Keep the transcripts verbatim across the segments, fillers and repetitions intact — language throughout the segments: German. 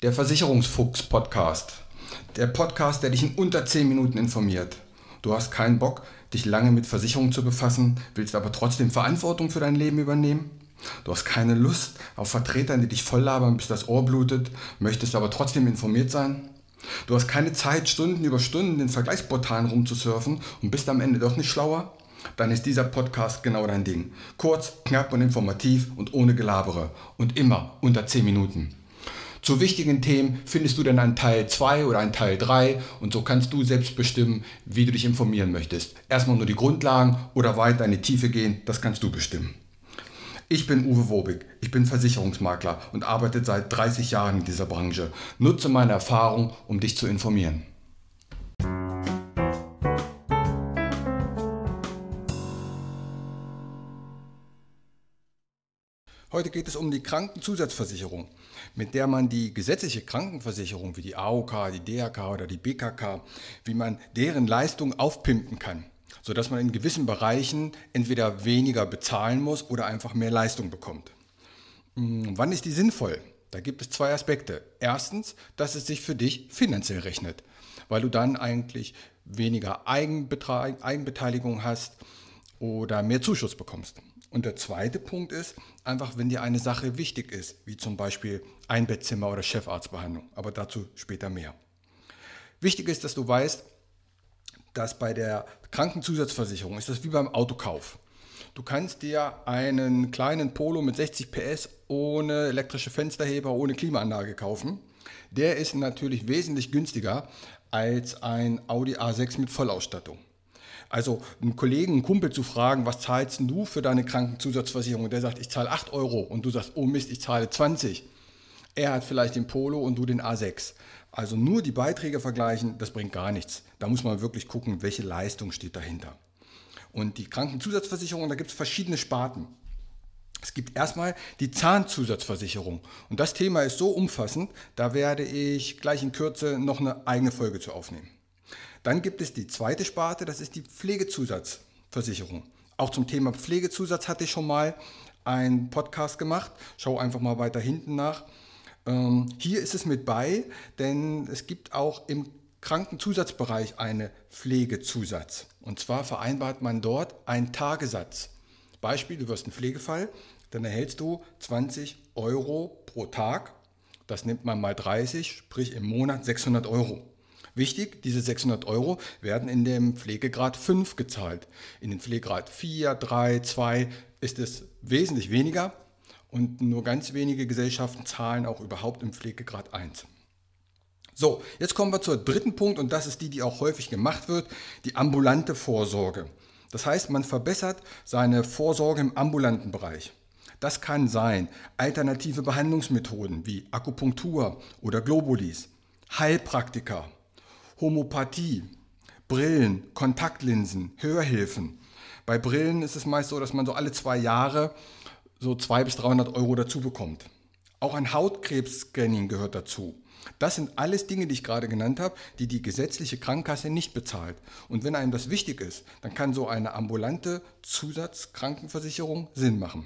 Der Versicherungsfuchs-Podcast. Der Podcast, der dich in unter zehn Minuten informiert. Du hast keinen Bock, dich lange mit Versicherungen zu befassen, willst aber trotzdem Verantwortung für dein Leben übernehmen? Du hast keine Lust auf Vertretern, die dich voll labern, bis das Ohr blutet, möchtest aber trotzdem informiert sein? Du hast keine Zeit, Stunden über Stunden in Vergleichsportalen rumzusurfen und bist am Ende doch nicht schlauer? Dann ist dieser Podcast genau dein Ding. Kurz, knapp und informativ und ohne Gelabere. Und immer unter zehn Minuten. Zu wichtigen Themen findest du dann einen Teil zwei oder einen Teil drei und so kannst du selbst bestimmen, wie du dich informieren möchtest. Erstmal nur die Grundlagen oder weiter in die Tiefe gehen, das kannst du bestimmen. Ich bin Uwe Wobig, ich bin Versicherungsmakler und arbeite seit dreißig Jahren in dieser Branche. Nutze meine Erfahrung, um dich zu informieren. Heute geht es um die Krankenzusatzversicherung, mit der man die gesetzliche Krankenversicherung wie die A O K, die D R K oder die B K K, wie man deren Leistung aufpimpen kann, sodass man in gewissen Bereichen entweder weniger bezahlen muss oder einfach mehr Leistung bekommt. Wann ist die sinnvoll? Da gibt es zwei Aspekte. Erstens, dass es sich für dich finanziell rechnet, weil du dann eigentlich weniger Eigenbetra- Eigenbeteiligung hast oder mehr Zuschuss bekommst. Und der zweite Punkt ist, einfach wenn dir eine Sache wichtig ist, wie zum Beispiel Einbettzimmer oder Chefarztbehandlung, aber dazu später mehr. Wichtig ist, dass du weißt, dass bei der Krankenzusatzversicherung ist das wie beim Autokauf. Du kannst dir einen kleinen Polo mit sechzig P S ohne elektrische Fensterheber, ohne Klimaanlage kaufen. Der ist natürlich wesentlich günstiger als ein Audi A sechs mit Vollausstattung. Also einen Kollegen, einen Kumpel zu fragen, was zahlst du für deine Krankenzusatzversicherung? Und der sagt, ich zahle acht Euro und du sagst, oh Mist, ich zahle zwanzig. Er hat vielleicht den Polo und du den A sechs. Also nur die Beiträge vergleichen, das bringt gar nichts. Da muss man wirklich gucken, welche Leistung steht dahinter. Und die Krankenzusatzversicherung, da gibt es verschiedene Sparten. Es gibt erstmal die Zahnzusatzversicherung. Und das Thema ist so umfassend, da werde ich gleich in Kürze noch eine eigene Folge zu aufnehmen. Dann gibt es die zweite Sparte, das ist die Pflegezusatzversicherung. Auch zum Thema Pflegezusatz hatte ich schon mal einen Podcast gemacht. Schau einfach mal weiter hinten nach. Ähm, hier ist es mit bei, denn es gibt auch im Krankenzusatzbereich eine Pflegezusatz. Und zwar vereinbart man dort einen Tagessatz. Beispiel, du wirst ein Pflegefall, dann erhältst du zwanzig Euro pro Tag. Das nimmt man mal dreißig, sprich im Monat sechshundert Euro. Wichtig, diese sechshundert Euro werden in dem Pflegegrad fünf gezahlt. In den Pflegegrad vier, drei, zwei ist es wesentlich weniger und nur ganz wenige Gesellschaften zahlen auch überhaupt im Pflegegrad eins. So, jetzt kommen wir zur dritten Punkt und das ist die, die auch häufig gemacht wird, die ambulante Vorsorge. Das heißt, man verbessert seine Vorsorge im ambulanten Bereich. Das kann sein alternative Behandlungsmethoden wie Akupunktur oder Globulis, Heilpraktika, Homöopathie, Brillen, Kontaktlinsen, Hörhilfen. Bei Brillen ist es meist so, dass man so alle zwei Jahre so zweihundert bis dreihundert Euro dazu bekommt. Auch ein Hautkrebs-Scanning gehört dazu. Das sind alles Dinge, die ich gerade genannt habe, die die gesetzliche Krankenkasse nicht bezahlt. Und wenn einem das wichtig ist, dann kann so eine ambulante Zusatzkrankenversicherung Sinn machen.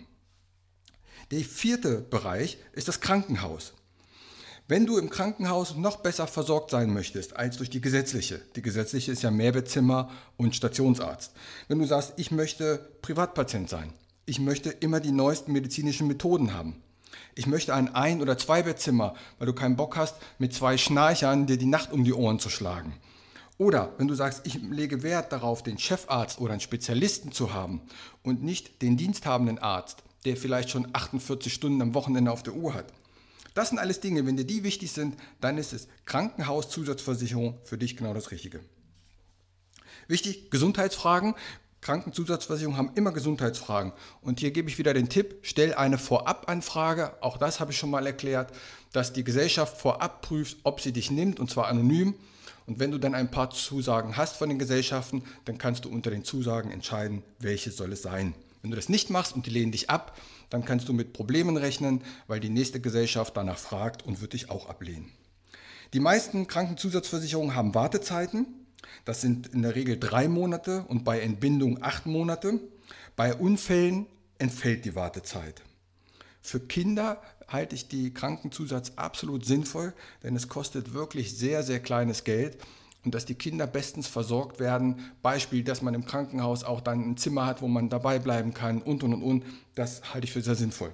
Der vierte Bereich ist das Krankenhaus. Wenn du im Krankenhaus noch besser versorgt sein möchtest als durch die gesetzliche, die gesetzliche ist ja Mehrbettzimmer und Stationsarzt. Wenn du sagst, ich möchte Privatpatient sein, ich möchte immer die neuesten medizinischen Methoden haben, ich möchte ein Ein- oder Zweibettzimmer, weil du keinen Bock hast, mit zwei Schnarchern dir die Nacht um die Ohren zu schlagen. Oder wenn du sagst, ich lege Wert darauf, den Chefarzt oder einen Spezialisten zu haben und nicht den diensthabenden Arzt, der vielleicht schon achtundvierzig Stunden am Wochenende auf der Uhr hat. Das sind alles Dinge, wenn dir die wichtig sind, dann ist es Krankenhauszusatzversicherung für dich genau das Richtige. Wichtig, Gesundheitsfragen. Krankenzusatzversicherungen haben immer Gesundheitsfragen. Und hier gebe ich wieder den Tipp, stell eine Vorabanfrage. Auch das habe ich schon mal erklärt, dass die Gesellschaft vorab prüft, ob sie dich nimmt, und zwar anonym. Und wenn du dann ein paar Zusagen hast von den Gesellschaften, dann kannst du unter den Zusagen entscheiden, welche soll es sein. Wenn du das nicht machst und die lehnen dich ab, dann kannst du mit Problemen rechnen, weil die nächste Gesellschaft danach fragt und wird dich auch ablehnen. Die meisten Krankenzusatzversicherungen haben Wartezeiten. Das sind in der Regel drei Monate und bei Entbindung acht Monate. Bei Unfällen entfällt die Wartezeit. Für Kinder halte ich die Krankenzusatz absolut sinnvoll, denn es kostet wirklich sehr, sehr kleines Geld. Und dass die Kinder bestens versorgt werden, Beispiel, dass man im Krankenhaus auch dann ein Zimmer hat, wo man dabei bleiben kann und und und und, das halte ich für sehr sinnvoll.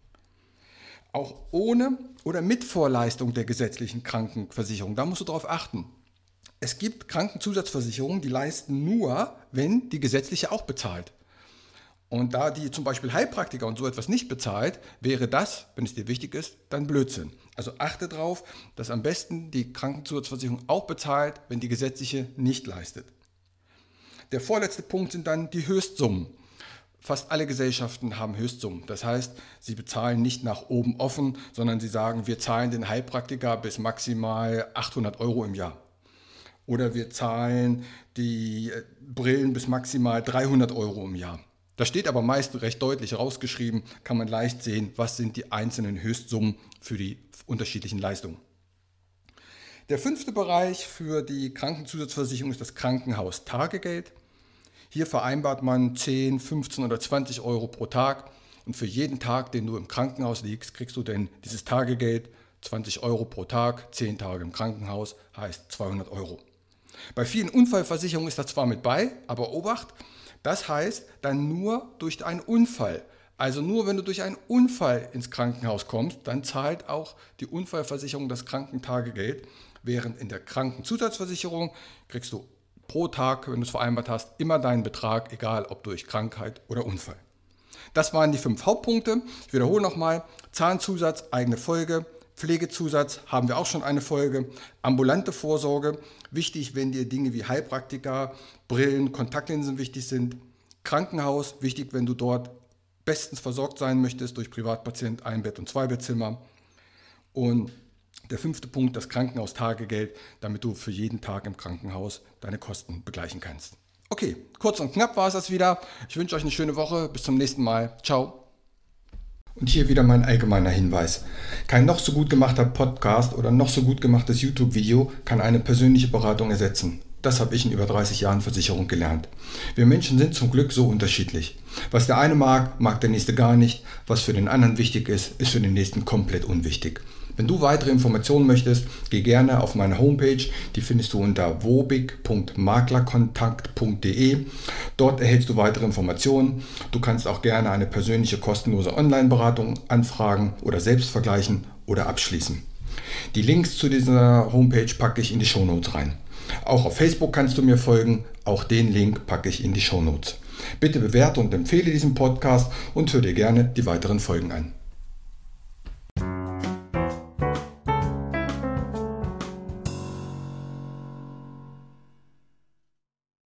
Auch ohne oder mit Vorleistung der gesetzlichen Krankenversicherung, da musst du darauf achten. Es gibt Krankenzusatzversicherungen, die leisten nur, wenn die gesetzliche auch bezahlt. Und da die zum Beispiel Heilpraktiker und so etwas nicht bezahlt, wäre das, wenn es dir wichtig ist, dann Blödsinn. Also achte darauf, dass am besten die Krankenzusatzversicherung auch bezahlt, wenn die gesetzliche nicht leistet. Der vorletzte Punkt sind dann die Höchstsummen. Fast alle Gesellschaften haben Höchstsummen. Das heißt, sie bezahlen nicht nach oben offen, sondern sie sagen, wir zahlen den Heilpraktiker bis maximal achthundert Euro im Jahr. Oder wir zahlen die Brillen bis maximal dreihundert Euro im Jahr. Da steht aber meist recht deutlich rausgeschrieben, kann man leicht sehen, was sind die einzelnen Höchstsummen für die unterschiedlichen Leistungen. Der fünfte Bereich für die Krankenzusatzversicherung ist das Krankenhaustagegeld. Hier vereinbart man zehn, fünfzehn oder zwanzig Euro pro Tag und für jeden Tag, den du im Krankenhaus liegst, kriegst du denn dieses Tagegeld, zwanzig Euro pro Tag, zehn Tage im Krankenhaus, heißt zweihundert Euro. Bei vielen Unfallversicherungen ist das zwar mit bei, aber Obacht, das heißt dann nur durch einen Unfall. Also nur wenn du durch einen Unfall ins Krankenhaus kommst, dann zahlt auch die Unfallversicherung das Krankentagegeld, während in der Krankenzusatzversicherung kriegst du pro Tag, wenn du es vereinbart hast, immer deinen Betrag, egal ob durch Krankheit oder Unfall. Das waren die fünf Hauptpunkte. Ich wiederhole nochmal, Zahnzusatz, eigene Folge. Pflegezusatz haben wir auch schon eine Folge. Ambulante Vorsorge, wichtig, wenn dir Dinge wie Heilpraktika, Brillen, Kontaktlinsen wichtig sind. Krankenhaus, wichtig, wenn du dort bestens versorgt sein möchtest durch Privatpatient, Ein-Bett- und Zwei-Bettzimmer. Und der fünfte Punkt, das Krankenhaustagegeld, damit du für jeden Tag im Krankenhaus deine Kosten begleichen kannst. Okay, kurz und knapp war es das wieder. Ich wünsche euch eine schöne Woche. Bis zum nächsten Mal. Ciao. Und hier wieder mein allgemeiner Hinweis. Kein noch so gut gemachter Podcast oder noch so gut gemachtes YouTube-Video kann eine persönliche Beratung ersetzen. Das habe ich in über dreißig Jahren Versicherung gelernt. Wir Menschen sind zum Glück so unterschiedlich. Was der eine mag, mag der nächste gar nicht. Was für den anderen wichtig ist, ist für den nächsten komplett unwichtig. Wenn du weitere Informationen möchtest, geh gerne auf meine Homepage. Die findest du unter wobig punkt maklerkontakt punkt de. Dort erhältst du weitere Informationen. Du kannst auch gerne eine persönliche kostenlose Online-Beratung anfragen oder selbst vergleichen oder abschließen. Die Links zu dieser Homepage packe ich in die Shownotes rein. Auch auf Facebook kannst du mir folgen. Auch den Link packe ich in die Shownotes. Bitte bewerte und empfehle diesen Podcast und hör dir gerne die weiteren Folgen an.